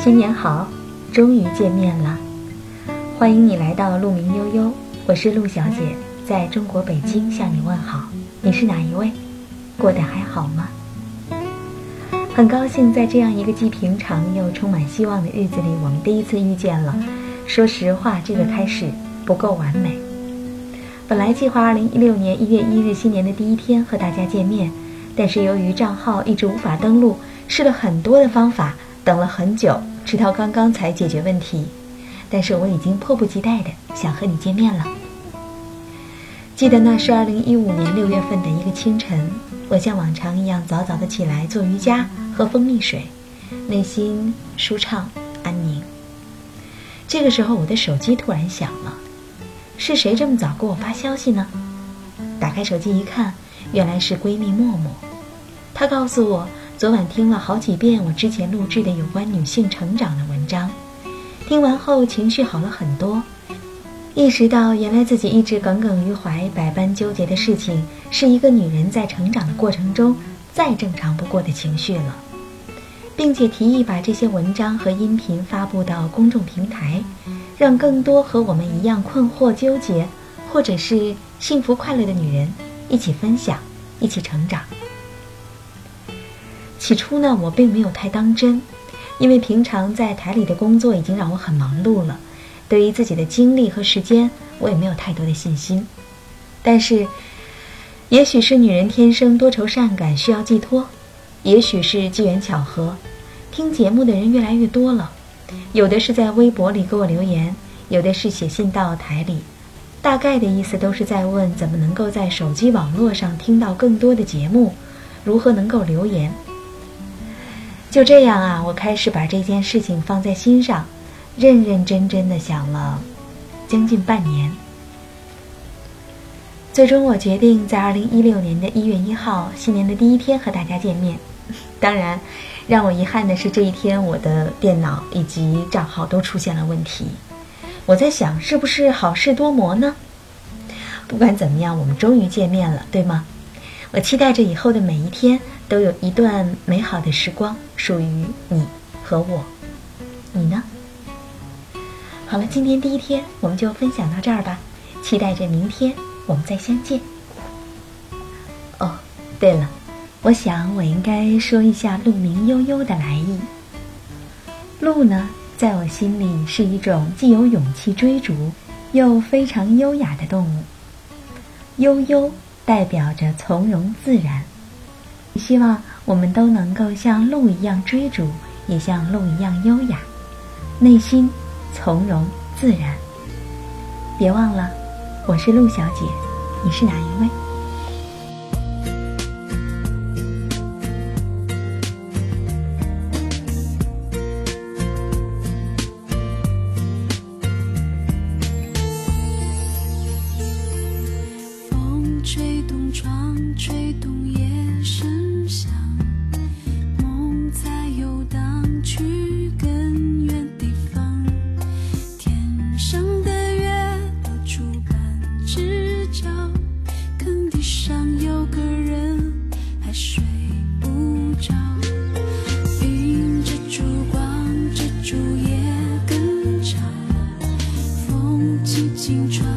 新年好，终于见面了。欢迎你来到鹿鸣悠悠，我是陆小姐，在中国北京向你问好。你是哪一位？过得还好吗？很高兴在这样一个既平常又充满希望的日子里，我们第一次遇见了。说实话，这个开始不够完美。本来计划2016年1月1日新年的第一天和大家见面，但是由于账号一直无法登录，试了很多的方法，等了很久，直到刚刚才解决问题。但是我已经迫不及待的想和你见面了。记得那是2015年6月份的一个清晨，我像往常一样早早的起来做瑜伽，喝蜂蜜水，内心舒畅安宁。这个时候我的手机突然响了，是谁这么早给我发消息呢？打开手机一看，原来是闺蜜默默。她告诉我，昨晚听了好几遍我之前录制的有关女性成长的文章，听完后情绪好了很多，意识到原来自己一直耿耿于怀、百般纠结的事情，是一个女人在成长的过程中再正常不过的情绪了，并且提议把这些文章和音频发布到公众平台，让更多和我们一样困惑纠结或者是幸福快乐的女人一起分享，一起成长。起初呢，我并没有太当真，因为平常在台里的工作已经让我很忙碌了，对于自己的精力和时间我也没有太多的信心。但是也许是女人天生多愁善感，需要寄托，也许是机缘巧合，听节目的人越来越多了，有的是在微博里给我留言，有的是写信到台里，大概的意思都是在问怎么能够在手机网络上听到更多的节目，如何能够留言。就这样啊，我开始把这件事情放在心上，认认真真的想了将近半年。最终我决定在2016年的1月1号新年的第一天和大家见面。当然让我遗憾的是，这一天我的电脑以及账号都出现了问题。我在想，是不是好事多磨呢？不管怎么样，我们终于见面了，对吗？我期待着以后的每一天都有一段美好的时光属于你和我。你呢？好了，今天第一天我们就分享到这儿吧，期待着明天我们再相见。哦，对了，我想我应该说一下鹿鸣悠悠的来意。鹿呢，在我心里是一种既有勇气追逐又非常优雅的动物。悠悠代表着从容自然，希望我们都能够像鹿一样追逐，也像鹿一样优雅，内心从容自然。别忘了，我是陆小姐，你是哪一位？ 吹动窗，吹动夜声响，梦在游荡，去更远地方。天上的月露出半只脚，坑地上有个人还睡不着。迎着烛光，蜘蛛也更长，风轻轻吹。